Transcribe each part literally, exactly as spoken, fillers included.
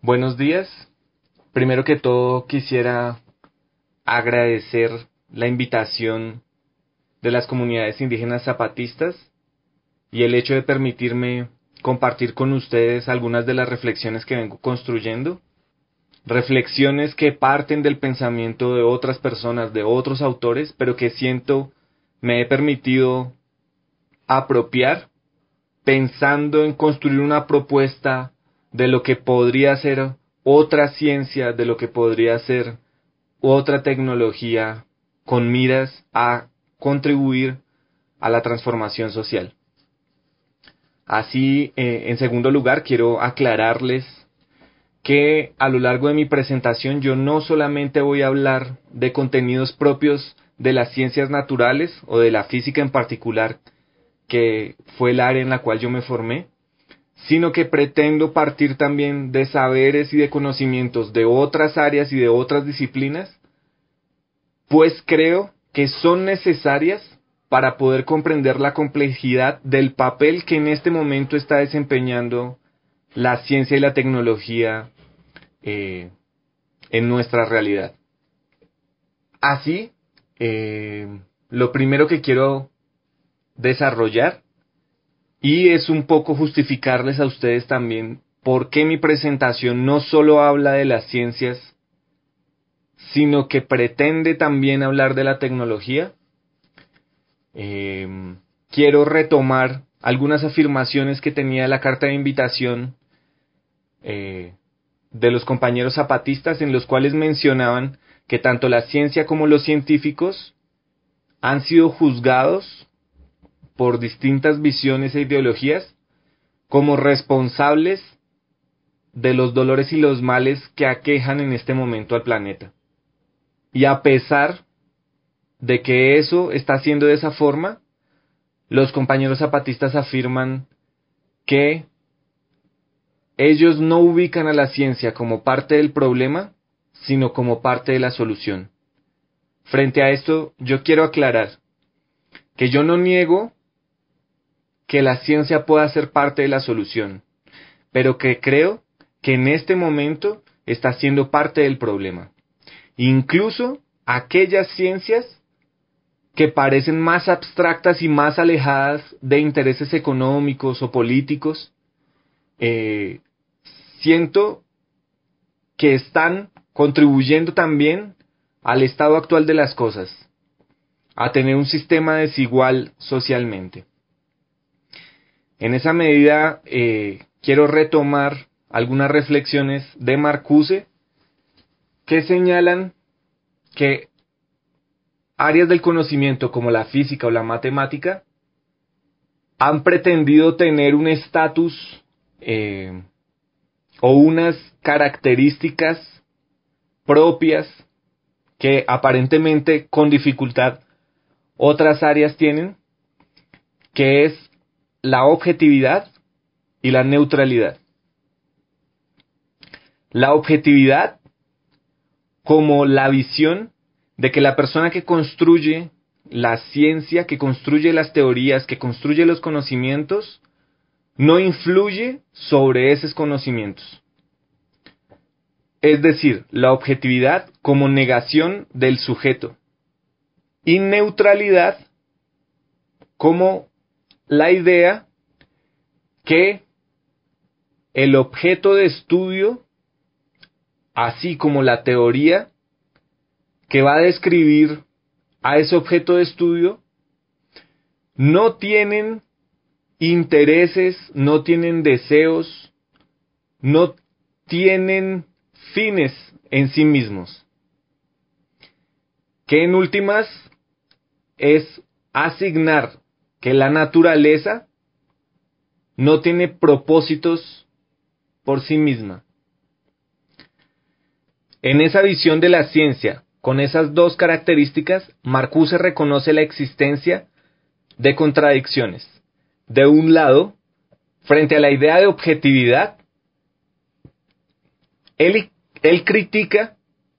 Buenos días. Primero que todo quisiera agradecer la invitación de las comunidades indígenas zapatistas y el hecho de permitirme compartir con ustedes algunas de las reflexiones que vengo construyendo. Reflexiones que parten del pensamiento de otras personas, de otros autores, pero que siento me he permitido apropiar pensando en construir una propuesta de lo que podría ser otra ciencia, de lo que podría ser otra tecnología con miras a contribuir a la transformación social. Así, eh, en segundo lugar, quiero aclararles que a lo largo de mi presentación yo no solamente voy a hablar de contenidos propios de las ciencias naturales o de la física en particular, que fue el área en la cual yo me formé, sino que pretendo partir también de saberes y de conocimientos de otras áreas y de otras disciplinas, pues creo que son necesarias para poder comprender la complejidad del papel que en este momento está desempeñando la ciencia y la tecnología eh, en nuestra realidad. Así, eh, lo primero que quiero desarrollar, y es un poco justificarles a ustedes también por qué mi presentación no solo habla de las ciencias, sino que pretende también hablar de la tecnología. Eh, quiero retomar algunas afirmaciones que tenía la carta de invitación eh, de los compañeros zapatistas, en los cuales mencionaban que tanto la ciencia como los científicos han sido juzgados por distintas visiones e ideologías como responsables de los dolores y los males que aquejan en este momento al planeta. Y a pesar de que eso está siendo de esa forma, los compañeros zapatistas afirman que ellos no ubican a la ciencia como parte del problema, sino como parte de la solución. Frente a esto, yo quiero aclarar que yo no niego que la ciencia pueda ser parte de la solución, pero que creo que en este momento está siendo parte del problema. Incluso aquellas ciencias que parecen más abstractas y más alejadas de intereses económicos o políticos, eh, siento que están contribuyendo también al estado actual de las cosas, a tener un sistema desigual socialmente. En esa medida, eh, quiero retomar algunas reflexiones de Marcuse que señalan que áreas del conocimiento como la física o la matemática han pretendido tener un estatus eh, o unas características propias que aparentemente con dificultad otras áreas tienen, que es la objetividad y la neutralidad. La objetividad como la visión de que la persona que construye la ciencia, que construye las teorías, que construye los conocimientos, no influye sobre esos conocimientos. Es decir, la objetividad como negación del sujeto y neutralidad como la idea que el objeto de estudio, así como la teoría que va a describir a ese objeto de estudio, no tienen intereses, no tienen deseos, no tienen fines en sí mismos, que en últimas es asignar que la naturaleza no tiene propósitos por sí misma. En esa visión de la ciencia, con esas dos características, Marcuse reconoce la existencia de contradicciones. De un lado, frente a la idea de objetividad, él, él critica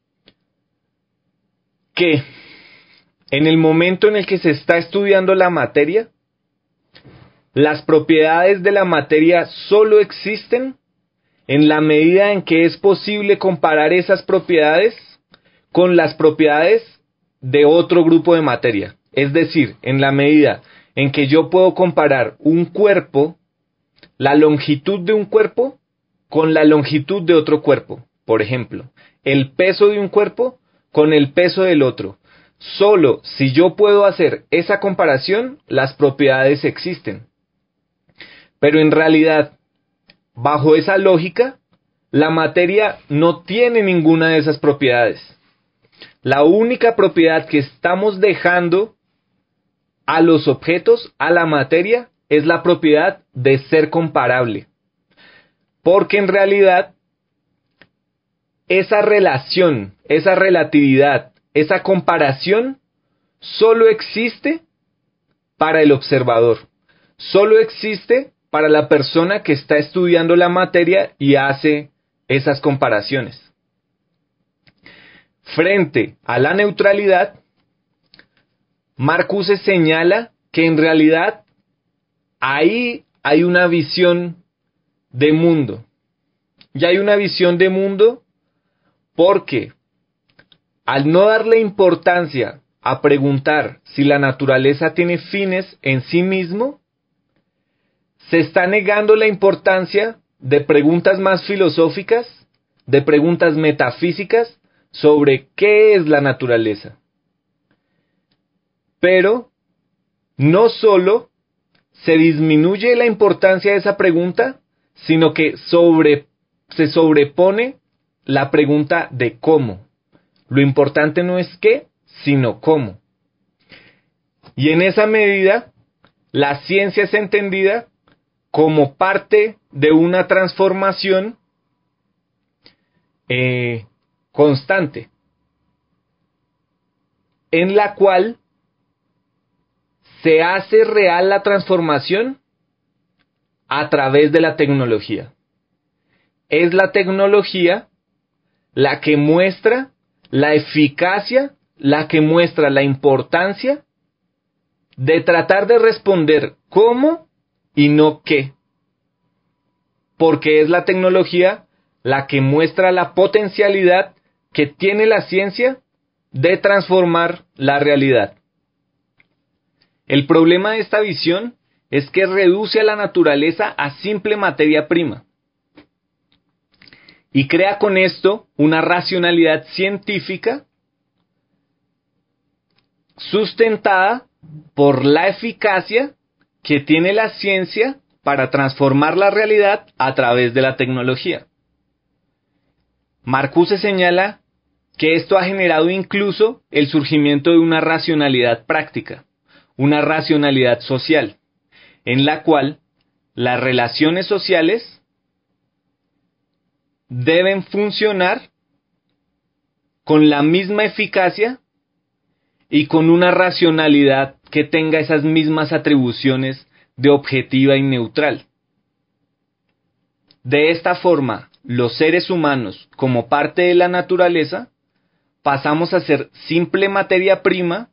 que en el momento en el que se está estudiando la materia, las propiedades de la materia solo existen en la medida en que es posible comparar esas propiedades con las propiedades de otro grupo de materia. Es decir, en la medida en que yo puedo comparar un cuerpo, la longitud de un cuerpo, con la longitud de otro cuerpo. Por ejemplo, el peso de un cuerpo con el peso del otro. Solo si yo puedo hacer esa comparación, las propiedades existen. Pero en realidad, bajo esa lógica, la materia no tiene ninguna de esas propiedades. La única propiedad que estamos dejando a los objetos, a la materia, es la propiedad de ser comparable. Porque en realidad, esa relación, esa relatividad, esa comparación, solo existe para el observador. Solo existe para la persona que está estudiando la materia y hace esas comparaciones. Frente a la neutralidad, Marcuse señala que en realidad ahí hay una visión de mundo. Y hay una visión de mundo porque al no darle importancia a preguntar si la naturaleza tiene fines en sí mismo, se está negando la importancia de preguntas más filosóficas, de preguntas metafísicas sobre qué es la naturaleza. Pero no solo se disminuye la importancia de esa pregunta, sino que sobre, se sobrepone la pregunta de cómo. Lo importante no es qué, sino cómo. Y en esa medida, la ciencia es entendida como parte de una transformación eh, constante, en la cual se hace real la transformación a través de la tecnología. Es la tecnología la que muestra la eficacia, la que muestra la importancia de tratar de responder cómo y no qué. Porque es la tecnología la que muestra la potencialidad que tiene la ciencia de transformar la realidad. El problema de esta visión es que reduce a la naturaleza a simple materia prima y crea con esto una racionalidad científica sustentada por la eficacia que tiene la ciencia para transformar la realidad a través de la tecnología. Marcuse señala que esto ha generado incluso el surgimiento de una racionalidad práctica, una racionalidad social, en la cual las relaciones sociales deben funcionar con la misma eficacia y con una racionalidad que tenga esas mismas atribuciones de objetiva y neutral. De esta forma, los seres humanos, como parte de la naturaleza, pasamos a ser simple materia prima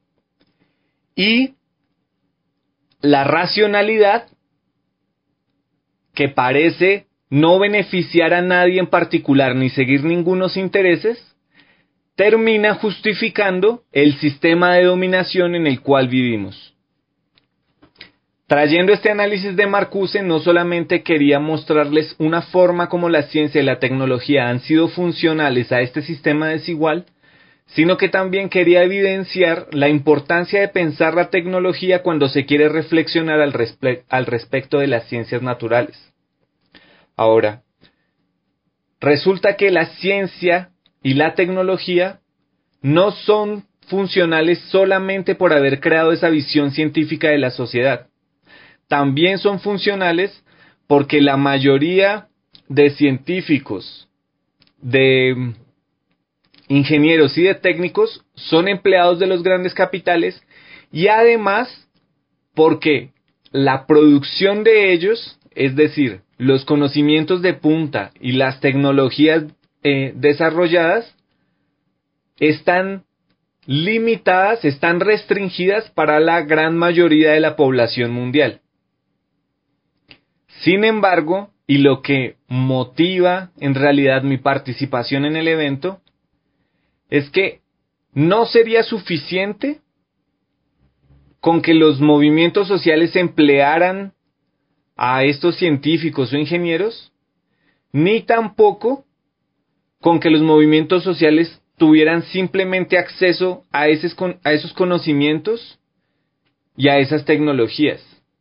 y la racionalidad, que parece no beneficiar a nadie en particular ni seguir ningunos intereses, termina justificando el sistema de dominación en el cual vivimos. Trayendo este análisis de Marcuse, no solamente quería mostrarles una forma como la ciencia y la tecnología han sido funcionales a este sistema desigual, sino que también quería evidenciar la importancia de pensar la tecnología cuando se quiere reflexionar al, respe- al respecto de las ciencias naturales. Ahora, resulta que la ciencia y la tecnología no son funcionales solamente por haber creado esa visión científica de la sociedad. También son funcionales porque la mayoría de científicos, de ingenieros y de técnicos son empleados de los grandes capitales y además porque la producción de ellos, es decir, los conocimientos de punta y las tecnologías eh, desarrolladas, están limitadas, están restringidas para la gran mayoría de la población mundial. Sin embargo, y lo que motiva en realidad mi participación en el evento es que no sería suficiente con que los movimientos sociales emplearan a estos científicos o ingenieros, ni tampoco con que los movimientos sociales tuvieran simplemente acceso a, esos, a esos conocimientos y a esas tecnologías.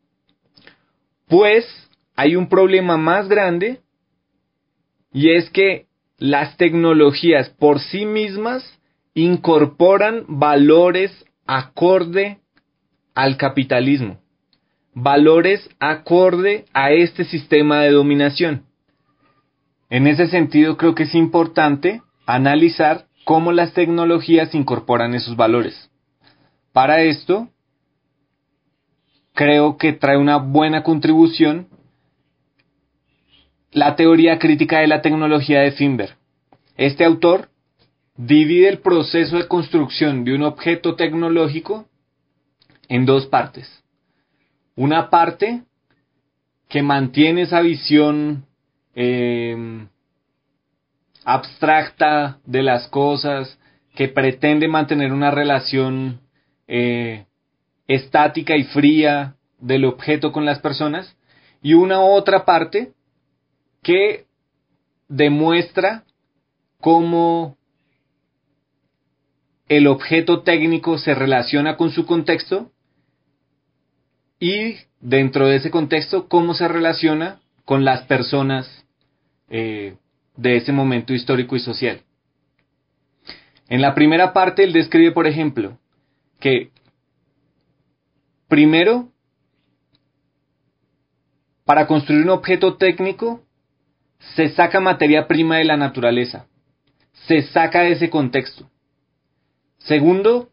Pues hay un problema más grande, y es que las tecnologías por sí mismas incorporan valores acorde al capitalismo, valores acorde a este sistema de dominación. En ese sentido, creo que es importante analizar cómo las tecnologías incorporan esos valores. Para esto, creo que trae una buena contribución la teoría crítica de la tecnología de Finber. Este autor divide el proceso de construcción de un objeto tecnológico en dos partes. Una parte que mantiene esa visión eh, abstracta de las cosas, que pretende mantener una relación eh, estática y fría del objeto con las personas, y una otra parte que demuestra cómo el objeto técnico se relaciona con su contexto y dentro de ese contexto cómo se relaciona con las personas eh, de ese momento histórico y social. En la primera parte él describe, por ejemplo, que primero, para construir un objeto técnico se saca materia prima de la naturaleza, se saca de ese contexto. Segundo,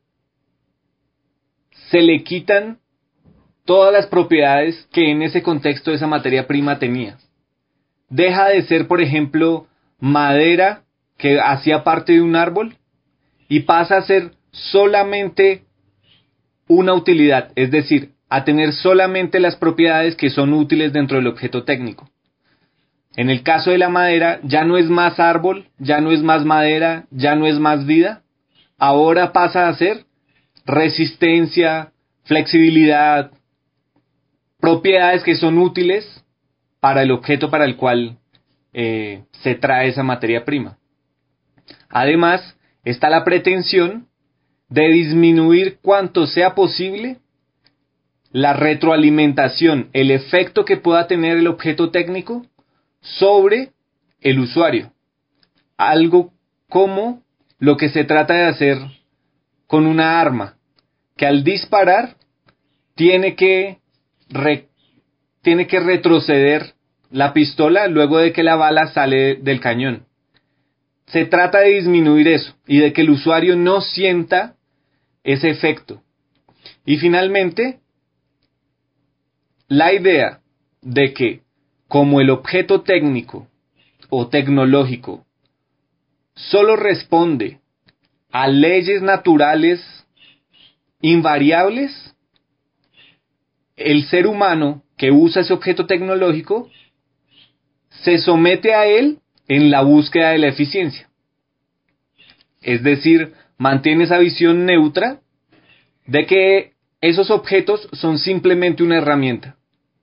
se le quitan todas las propiedades que en ese contexto esa materia prima tenía. Deja de ser, por ejemplo, madera que hacía parte de un árbol y pasa a ser solamente una utilidad, es decir, a tener solamente las propiedades que son útiles dentro del objeto técnico. En el caso de la madera, ya no es más árbol, ya no es más madera, ya no es más vida. Ahora pasa a ser resistencia, flexibilidad, propiedades que son útiles para el objeto para el cual eh, se trae esa materia prima. Además, está la pretensión de disminuir cuanto sea posible la retroalimentación, el efecto que pueda tener el objeto técnico sobre el usuario. Algo como lo que se trata de hacer con una arma, que al disparar tiene que, re, tiene que retroceder la pistola luego de que la bala sale del cañón. Se trata de disminuir eso y de que el usuario no sienta ese efecto. Y finalmente, la idea de que como el objeto técnico o tecnológico solo responde a leyes naturales invariables, el ser humano que usa ese objeto tecnológico se somete a él en la búsqueda de la eficiencia. Es decir, mantiene esa visión neutra de que esos objetos son simplemente una herramienta.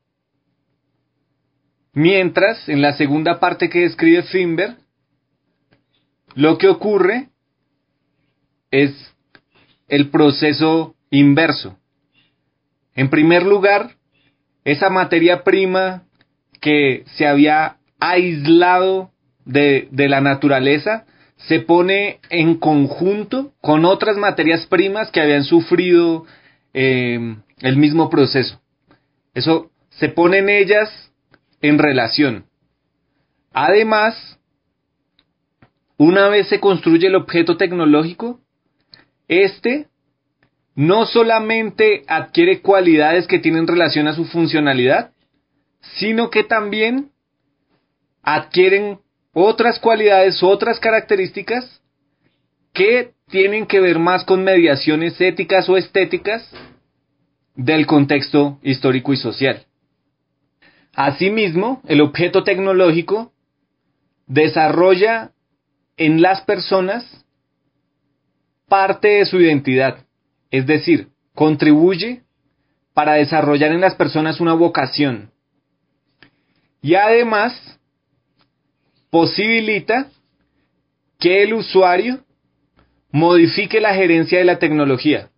Mientras, en la segunda parte que describe Finber, lo que ocurre es el proceso inverso. En primer lugar, esa materia prima que se había aislado de, de la naturaleza se pone en conjunto con otras materias primas que habían sufrido eh, el mismo proceso. Eso se pone en ellas en relación. Además, una vez se construye el objeto tecnológico, este no solamente adquiere cualidades que tienen relación a su funcionalidad, sino que también adquieren otras cualidades, otras características que tienen que ver más con mediaciones éticas o estéticas del contexto histórico y social. Asimismo, el objeto tecnológico desarrolla en las personas parte de su identidad, es decir, contribuye para desarrollar en las personas una vocación y además posibilita que el usuario modifique la gerencia de la tecnología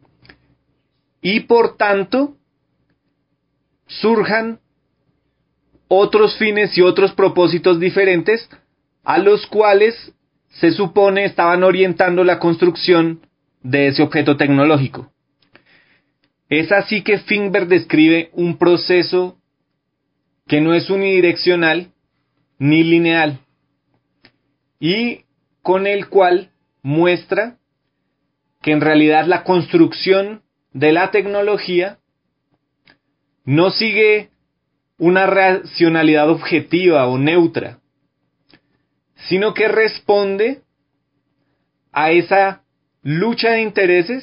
y por tanto surjan otros fines y otros propósitos diferentes a los cuales se supone estaban orientando la construcción de ese objeto tecnológico. Es así que Finberg describe un proceso que no es unidireccional ni lineal y con el cual muestra que en realidad la construcción de la tecnología no sigue una racionalidad objetiva o neutra, sino que responde a esa lucha de intereses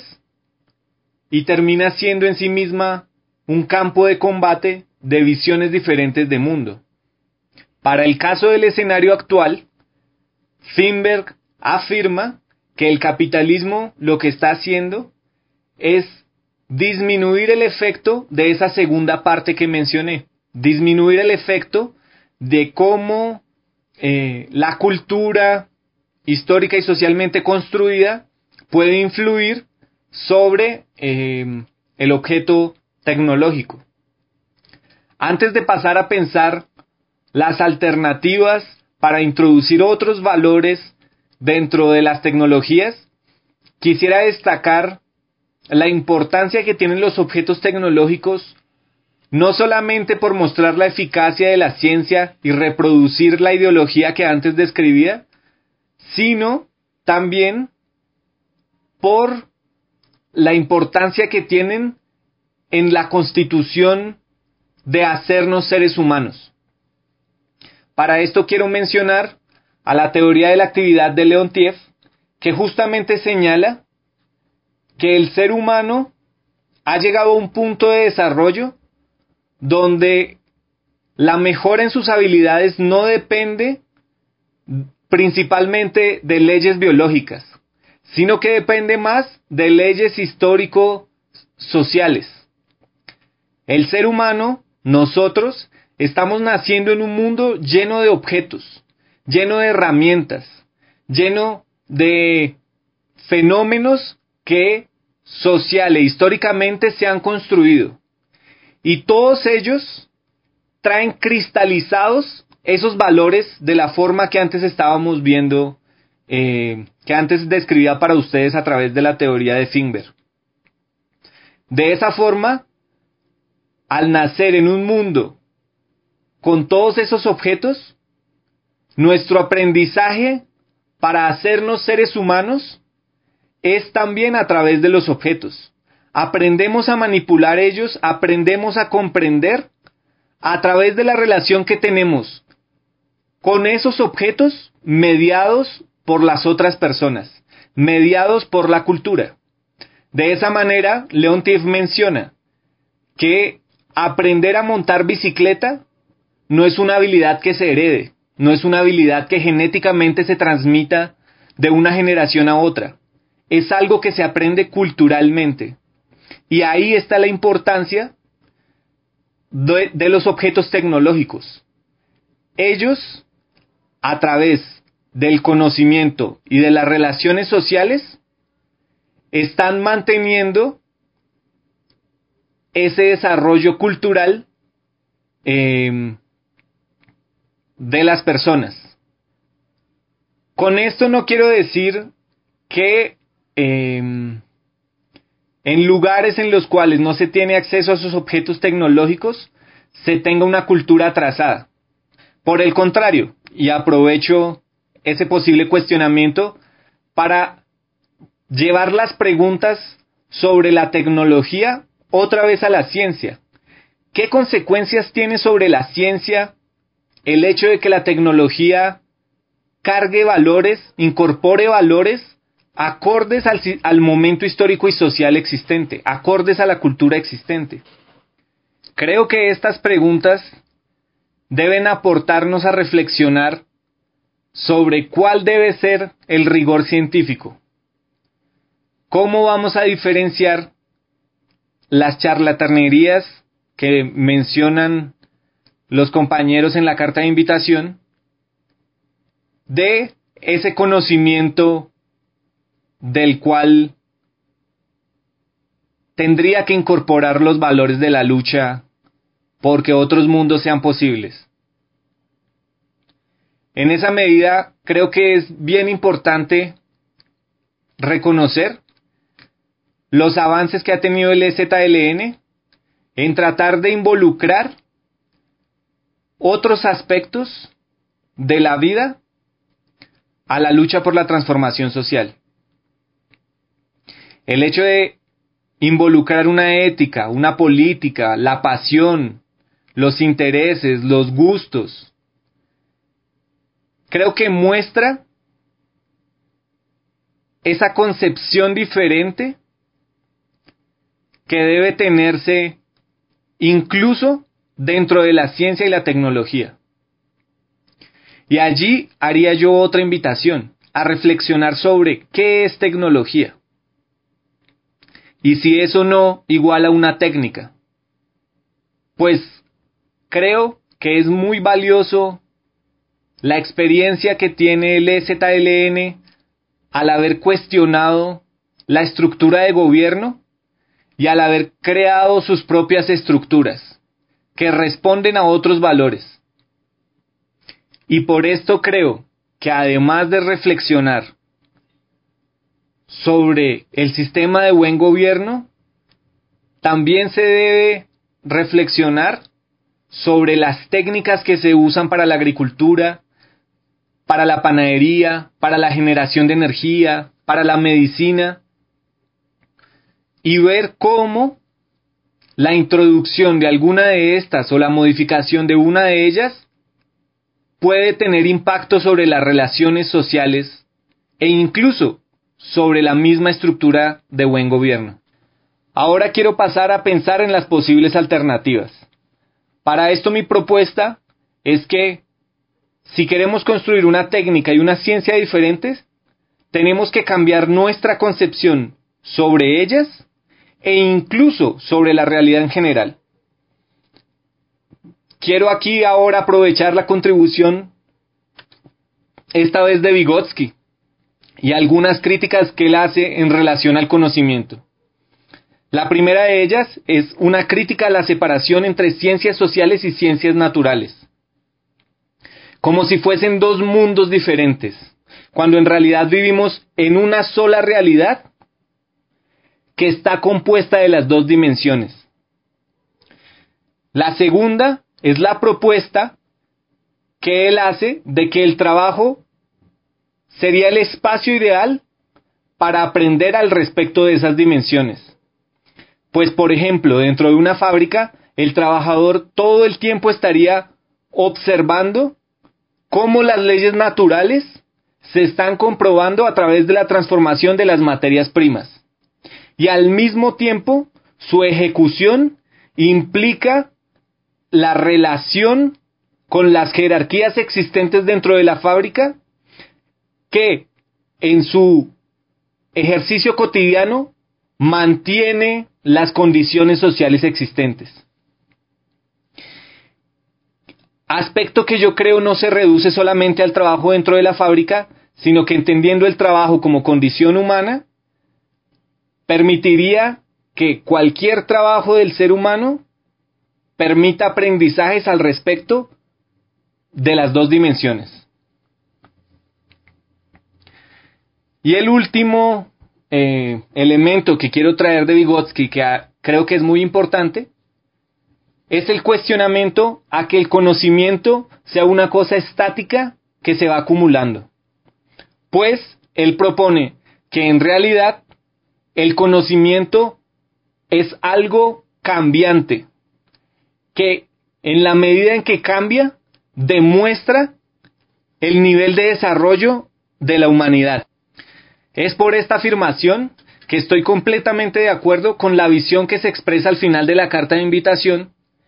y termina siendo en sí misma un campo de combate de visiones diferentes de mundo. Para el caso del escenario actual, Finberg afirma que el capitalismo lo que está haciendo es disminuir el efecto de esa segunda parte que mencioné, disminuir el efecto de cómo eh, la cultura histórica y socialmente construida puede influir sobre eh, el objeto tecnológico. Antes de pasar a pensar las alternativas para introducir otros valores dentro de las tecnologías, quisiera destacar la importancia que tienen los objetos tecnológicos, no solamente por mostrar la eficacia de la ciencia y reproducir la ideología que antes describía, sino también por la importancia que tienen en la constitución de hacernos seres humanos. Para esto quiero mencionar a la teoría de la actividad de Leontief, que justamente señala que el ser humano ha llegado a un punto de desarrollo donde la mejora en sus habilidades no depende principalmente de leyes biológicas, sino que depende más de leyes histórico-sociales. El ser humano, nosotros, estamos naciendo en un mundo lleno de objetos, lleno de herramientas, lleno de fenómenos que social e históricamente se han construido. Y todos ellos traen cristalizados esos valores de la forma que antes estábamos viendo, eh, que antes describía para ustedes a través de la teoría de Finberg. De esa forma, al nacer en un mundo con todos esos objetos, nuestro aprendizaje para hacernos seres humanos es también a través de los objetos. Aprendemos a manipular ellos, aprendemos a comprender a través de la relación que tenemos con esos objetos mediados por las otras personas, mediados por la cultura. De esa manera, Leontief menciona que aprender a montar bicicleta no es una habilidad que se herede, no es una habilidad que genéticamente se transmita de una generación a otra. Es algo que se aprende culturalmente. Y ahí está la importancia de, de los objetos tecnológicos. Ellos, a través del conocimiento y de las relaciones sociales, están manteniendo ese desarrollo cultural eh, de las personas. Con esto no quiero decir que eh, en lugares en los cuales no se tiene acceso a esos objetos tecnológicos se tenga una cultura atrasada. Por el contrario, y aprovecho ese posible cuestionamiento para llevar las preguntas sobre la tecnología otra vez a la ciencia. ¿Qué consecuencias tiene sobre la ciencia el hecho de que la tecnología cargue valores, incorpore valores acordes al, al momento histórico y social existente, acordes a la cultura existente? Creo que estas preguntas deben aportarnos a reflexionar sobre cuál debe ser el rigor científico. ¿Cómo vamos a diferenciar las charlatanerías que mencionan los compañeros en la carta de invitación de ese conocimiento del cual tendría que incorporar los valores de la lucha porque otros mundos sean posibles? En esa medida, creo que es bien importante reconocer los avances que ha tenido el E Z L N en tratar de involucrar otros aspectos de la vida a la lucha por la transformación social. El hecho de involucrar una ética, una política, la pasión, los intereses, los gustos, creo que muestra esa concepción diferente que debe tenerse incluso dentro de la ciencia y la tecnología. Y allí haría yo otra invitación, a reflexionar sobre qué es tecnología y si eso no igual a una técnica. Pues creo que es muy valioso la experiencia que tiene el E Z L N al haber cuestionado la estructura de gobierno y al haber creado sus propias estructuras que responden a otros valores. Y por esto creo que además de reflexionar sobre el sistema de buen gobierno, también se debe reflexionar sobre las técnicas que se usan para la agricultura, para la panadería, para la generación de energía, para la medicina, y ver cómo la introducción de alguna de estas o la modificación de una de ellas puede tener impacto sobre las relaciones sociales e incluso sobre la misma estructura de buen gobierno. Ahora quiero pasar a pensar en las posibles alternativas. Para esto mi propuesta es que si queremos construir una técnica y una ciencia diferentes, tenemos que cambiar nuestra concepción sobre ellas e incluso sobre la realidad en general. Quiero aquí ahora aprovechar la contribución, esta vez de Vygotsky, y algunas críticas que él hace en relación al conocimiento. La primera de ellas es una crítica a la separación entre ciencias sociales y ciencias naturales, como si fuesen dos mundos diferentes, cuando en realidad vivimos en una sola realidad que está compuesta de las dos dimensiones. La segunda es la propuesta que él hace de que el trabajo sería el espacio ideal para aprender al respecto de esas dimensiones. Pues, por ejemplo, dentro de una fábrica, el trabajador todo el tiempo estaría observando cómo las leyes naturales se están comprobando a través de la transformación de las materias primas. Y al mismo tiempo, su ejecución implica la relación con las jerarquías existentes dentro de la fábrica, que en su ejercicio cotidiano mantiene las condiciones sociales existentes. Aspecto que yo creo no se reduce solamente al trabajo dentro de la fábrica, sino que entendiendo el trabajo como condición humana, permitiría que cualquier trabajo del ser humano permita aprendizajes al respecto de las dos dimensiones. Y el último eh, elemento que quiero traer de Vygotsky, que a, creo que es muy importante, es el cuestionamiento a que el conocimiento sea una cosa estática que se va acumulando. Pues él propone que en realidad el conocimiento es algo cambiante, que en la medida en que cambia, demuestra el nivel de desarrollo de la humanidad. Es por esta afirmación que estoy completamente de acuerdo con la visión que se expresa al final de la carta de invitación,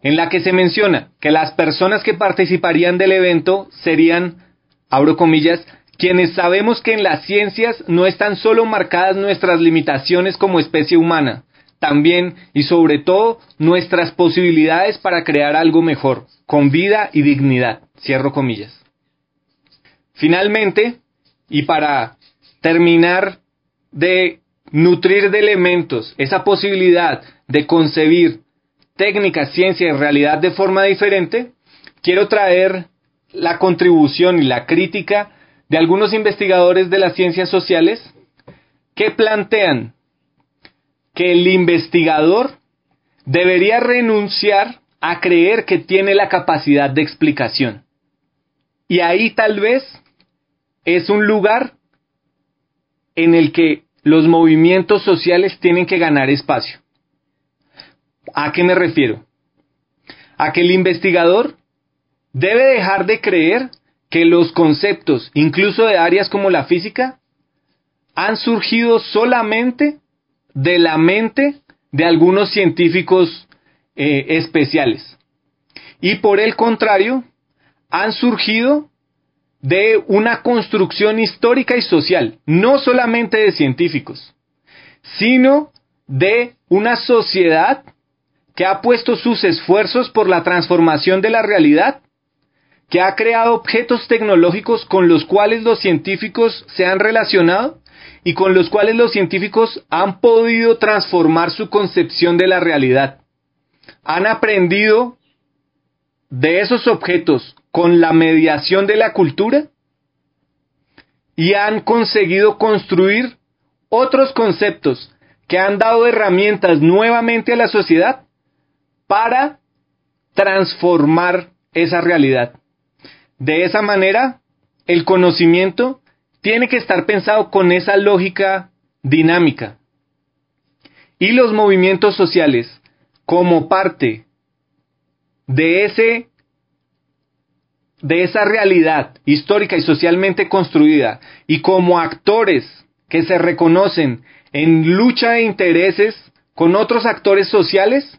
en la que se menciona que las personas que participarían del evento serían, abro comillas, quienes sabemos que en las ciencias no están solo marcadas nuestras limitaciones como especie humana, también y sobre todo nuestras posibilidades para crear algo mejor, con vida y dignidad, cierro comillas. Finalmente, y para terminar de nutrir de elementos esa posibilidad de concebir técnica, ciencia y realidad de forma diferente, quiero traer la contribución y la crítica de algunos investigadores de las ciencias sociales que plantean que el investigador debería renunciar a creer que tiene la capacidad de explicación. Y ahí tal vez es un lugar en el que los movimientos sociales tienen que ganar espacio. ¿A qué me refiero? A que el investigador debe dejar de creer que los conceptos, incluso de áreas como la física, han surgido solamente de la mente de algunos científicos eh, especiales. Y por el contrario, han surgido de una construcción histórica y social, no solamente de científicos, sino de una sociedad que ha puesto sus esfuerzos por la transformación de la realidad, que ha creado objetos tecnológicos con los cuales los científicos se han relacionado y con los cuales los científicos han podido transformar su concepción de la realidad. Han aprendido de esos objetos con la mediación de la cultura y han conseguido construir otros conceptos que han dado herramientas nuevamente a la sociedad para transformar esa realidad. De esa manera, el conocimiento tiene que estar pensado con esa lógica dinámica. Y los movimientos sociales, como parte de ese, de esa realidad histórica y socialmente construida, y como actores que se reconocen en lucha de intereses con otros actores sociales,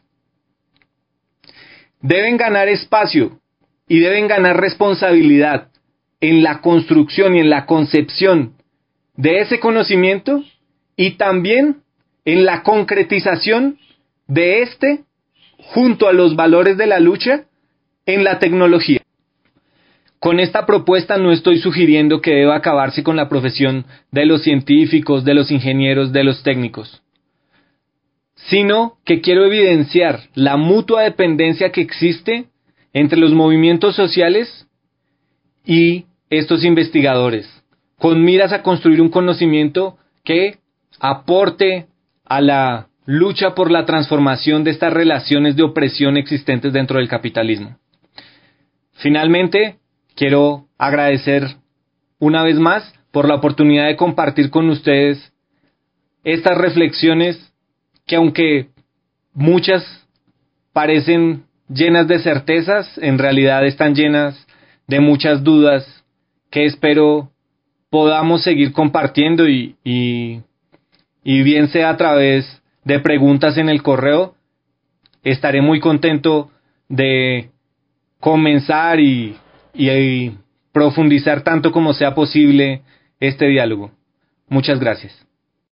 deben ganar espacio y deben ganar responsabilidad en la construcción y en la concepción de ese conocimiento y también en la concretización de este junto a los valores de la lucha en la tecnología. Con esta propuesta no estoy sugiriendo que deba acabarse con la profesión de los científicos, de los ingenieros, de los técnicos, sino que quiero evidenciar la mutua dependencia que existe entre los movimientos sociales y estos investigadores, con miras a construir un conocimiento que aporte a la lucha por la transformación de estas relaciones de opresión existentes dentro del capitalismo. Finalmente, quiero agradecer una vez más por la oportunidad de compartir con ustedes estas reflexiones que, aunque muchas parecen llenas de certezas, en realidad están llenas de muchas dudas que espero podamos seguir compartiendo y, y, y bien sea a través de preguntas en el correo, estaré muy contento de comenzar y, y, y profundizar tanto como sea posible este diálogo. Muchas gracias.